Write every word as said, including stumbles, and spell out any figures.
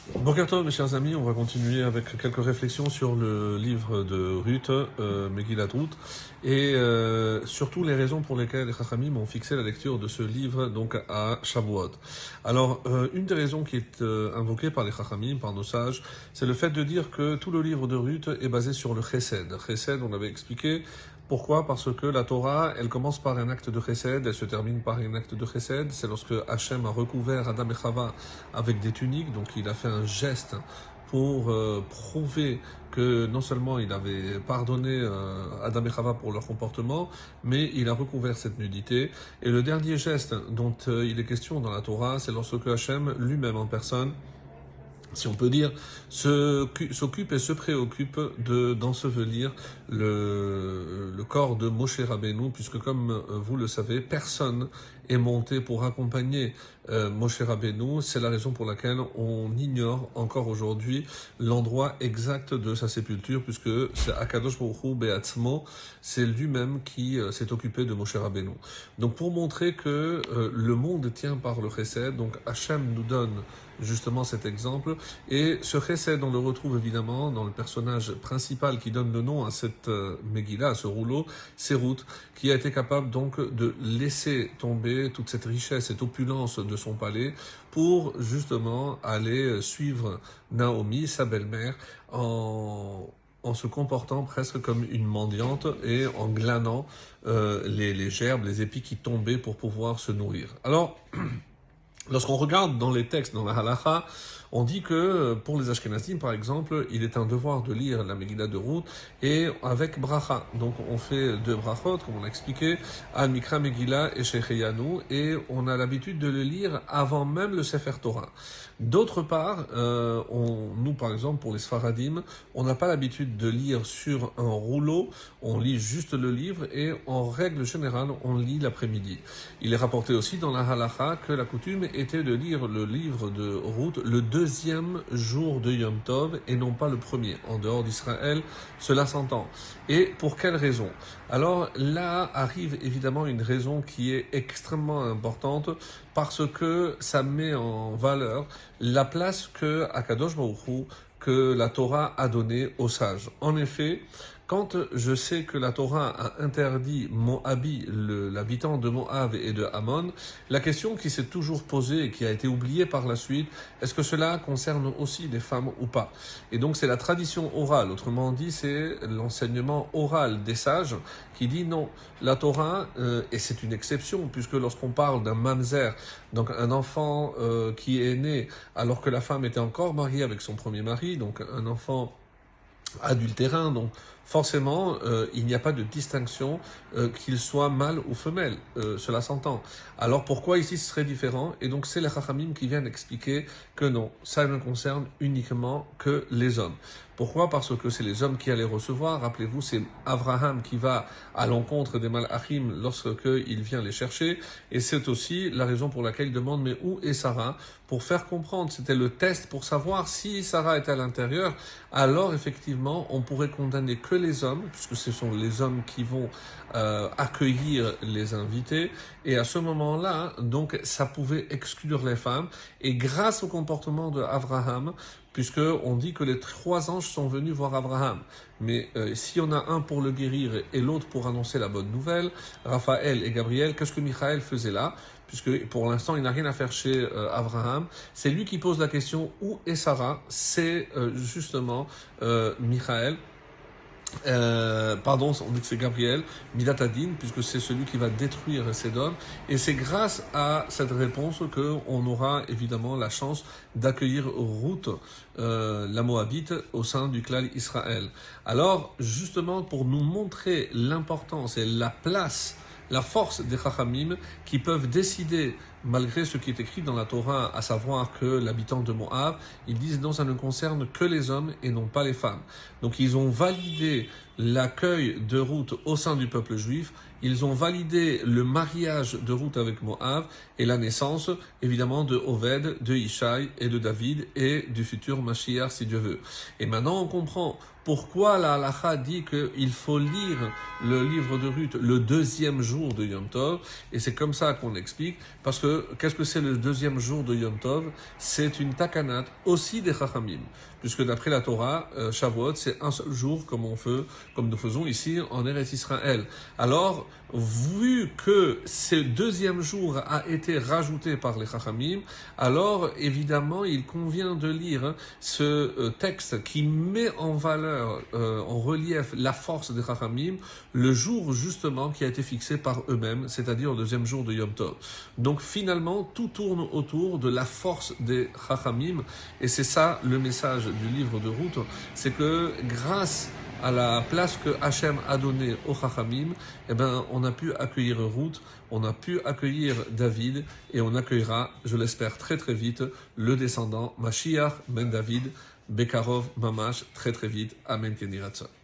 Boker Tov, mes chers amis, on va continuer avec quelques réflexions sur le livre de Ruth, euh, Megillat Ruth, et euh, surtout les raisons pour lesquelles les Chachamim ont fixé la lecture de ce livre donc à Shavuot. Alors, euh, une des raisons qui est euh, invoquée par les Chachamim, par nos sages, c'est le fait de dire que tout le livre de Ruth est basé sur le Chesed. Chesed, on avait expliqué. Pourquoi? Parce que la Torah, elle commence par un acte de chesed, elle se termine par un acte de chesed. C'est lorsque Hachem a recouvert Adam et Chava avec des tuniques, donc il a fait un geste pour euh, prouver que non seulement il avait pardonné euh, Adam et Chava pour leur comportement, mais il a recouvert cette nudité. Et le dernier geste dont euh, il est question dans la Torah, c'est lorsque Hachem lui-même en personne, si on peut dire, s'occupe et se préoccupe de d'ensevelir le, le corps de Moshe Rabbeinu, puisque comme vous le savez, personne est monté pour accompagner euh, Moshe Rabbeinu. C'est la raison pour laquelle on ignore encore aujourd'hui l'endroit exact de sa sépulture, puisque c'est Akadosh Baruch Hu Be'atzmo, c'est lui-même qui euh, s'est occupé de Moshe Rabbeinu. Donc pour montrer que euh, le monde tient par le chesed, donc Hachem nous donne justement cet exemple. Et ce chesed, on le retrouve évidemment dans le personnage principal qui donne le nom à cette euh, Megillah, à ce rouleau, c'est Ruth, qui a été capable donc de laisser tomber toute cette richesse, cette opulence de son palais pour justement aller suivre Naomi, sa belle-mère, en en se comportant presque comme une mendiante et en glanant euh, les, les gerbes, les épis qui tombaient pour pouvoir se nourrir. Alors, lorsqu'on regarde dans les textes, dans la halacha, on dit que pour les Ashkenazim, par exemple, il est un devoir de lire la Megillah de Ruth et avec bracha. Donc on fait deux brachot, comme on l'a expliqué, Al Mikra Megillah et Shecheyanu, et on a l'habitude de le lire avant même le Sefer Torah. D'autre part, euh, on, nous par exemple, pour les Sfaradim, on n'a pas l'habitude de lire sur un rouleau, on lit juste le livre et en règle générale, on lit l'après-midi. Il est rapporté aussi dans la halacha que la coutume était de lire le livre de Ruth le deuxième jour de Yom Tov et non pas le premier. En dehors d'Israël, cela s'entend. Et pour quelle raison? Alors là arrive évidemment une raison qui est extrêmement importante parce que ça met en valeur la place que Akadosh Baruch Hu, que la Torah a donnée aux sages. En effet, quand je sais que la Torah a interdit Moabi, l'habitant de Moab et de Ammon, la question qui s'est toujours posée et qui a été oubliée par la suite, est-ce que cela concerne aussi les femmes ou pas? Et donc c'est la tradition orale, autrement dit c'est l'enseignement oral des sages qui dit non, la Torah, euh, et c'est une exception puisque lorsqu'on parle d'un mamzer, donc un enfant euh, qui est né alors que la femme était encore mariée avec son premier mari, donc un enfant adultérin, donc forcément, euh, il n'y a pas de distinction euh, qu'il soit mâle ou femelle, euh, cela s'entend. Alors pourquoi ici ce serait différent? Et donc c'est les Chachamim qui viennent expliquer que non, ça ne concerne uniquement que les hommes. Pourquoi? Parce que c'est les hommes qui allaient recevoir. Rappelez-vous, c'est Abraham qui va à l'encontre des Malachim lorsqu'il vient les chercher. Et c'est aussi la raison pour laquelle il demande mais où est Sarah? Pour faire comprendre, c'était le test pour savoir si Sarah était à l'intérieur. Alors effectivement, on pourrait condamner que les hommes, puisque ce sont les hommes qui vont euh, accueillir les invités. Et à ce moment-là, donc, ça pouvait exclure les femmes. Et grâce au comportement de Abraham, puisque on dit que les trois anges sont venus voir Abraham. Mais euh, s'il y en a un pour le guérir et l'autre pour annoncer la bonne nouvelle, Raphaël et Gabriel, qu'est-ce que Michael faisait là? Puisque pour l'instant, il n'a rien à faire chez euh, Abraham. C'est lui qui pose la question, où est Sarah? C'est euh, justement euh, Michael. Euh, pardon, on dit que c'est Gabriel, Midatadin, puisque c'est celui qui va détruire Sédom, et c'est grâce à cette réponse qu'on aura évidemment la chance d'accueillir Ruth, euh, la Moabite, au sein du clan Israël. Alors, justement, pour nous montrer l'importance et la place, la force des Chachamim qui peuvent décider, malgré ce qui est écrit dans la Torah, à savoir que l'habitant de Moab, ils disent non, ça ne concerne que les hommes et non pas les femmes. Donc ils ont validé l'accueil de Ruth au sein du peuple juif, ils ont validé le mariage de Ruth avec Moab et la naissance, évidemment, de Oved, de Ishaï et de David et du futur Mashiach, si Dieu veut. Et maintenant, on comprend pourquoi la halacha dit qu'il faut lire le livre de Ruth le deuxième jour de Yom Tov, et c'est comme ça qu'on l'explique, parce que que, qu'est-ce que c'est le deuxième jour de Yom Tov? C'est une takanat aussi des Chachamim. Puisque d'après la Torah, euh, Shavuot, c'est un seul jour comme on fait, comme nous faisons ici en Eretz Israël. Alors, vu que ce deuxième jour a été rajouté par les Chachamim, alors évidemment, il convient de lire hein, ce euh, texte qui met en valeur, euh, en relief la force des Chachamim, le jour justement qui a été fixé par eux-mêmes, c'est-à-dire le deuxième jour de Yom Tov. Donc finalement, tout tourne autour de la force des Chachamim, et c'est ça le message du livre de Ruth, c'est que grâce à la place que Hachem a donnée aux Chachamim, eh ben, on a pu accueillir Ruth, on a pu accueillir David, et on accueillera, je l'espère très très vite, le descendant Mashiach ben David, Bekarov Mamash, très très vite. Amen Keniratzon.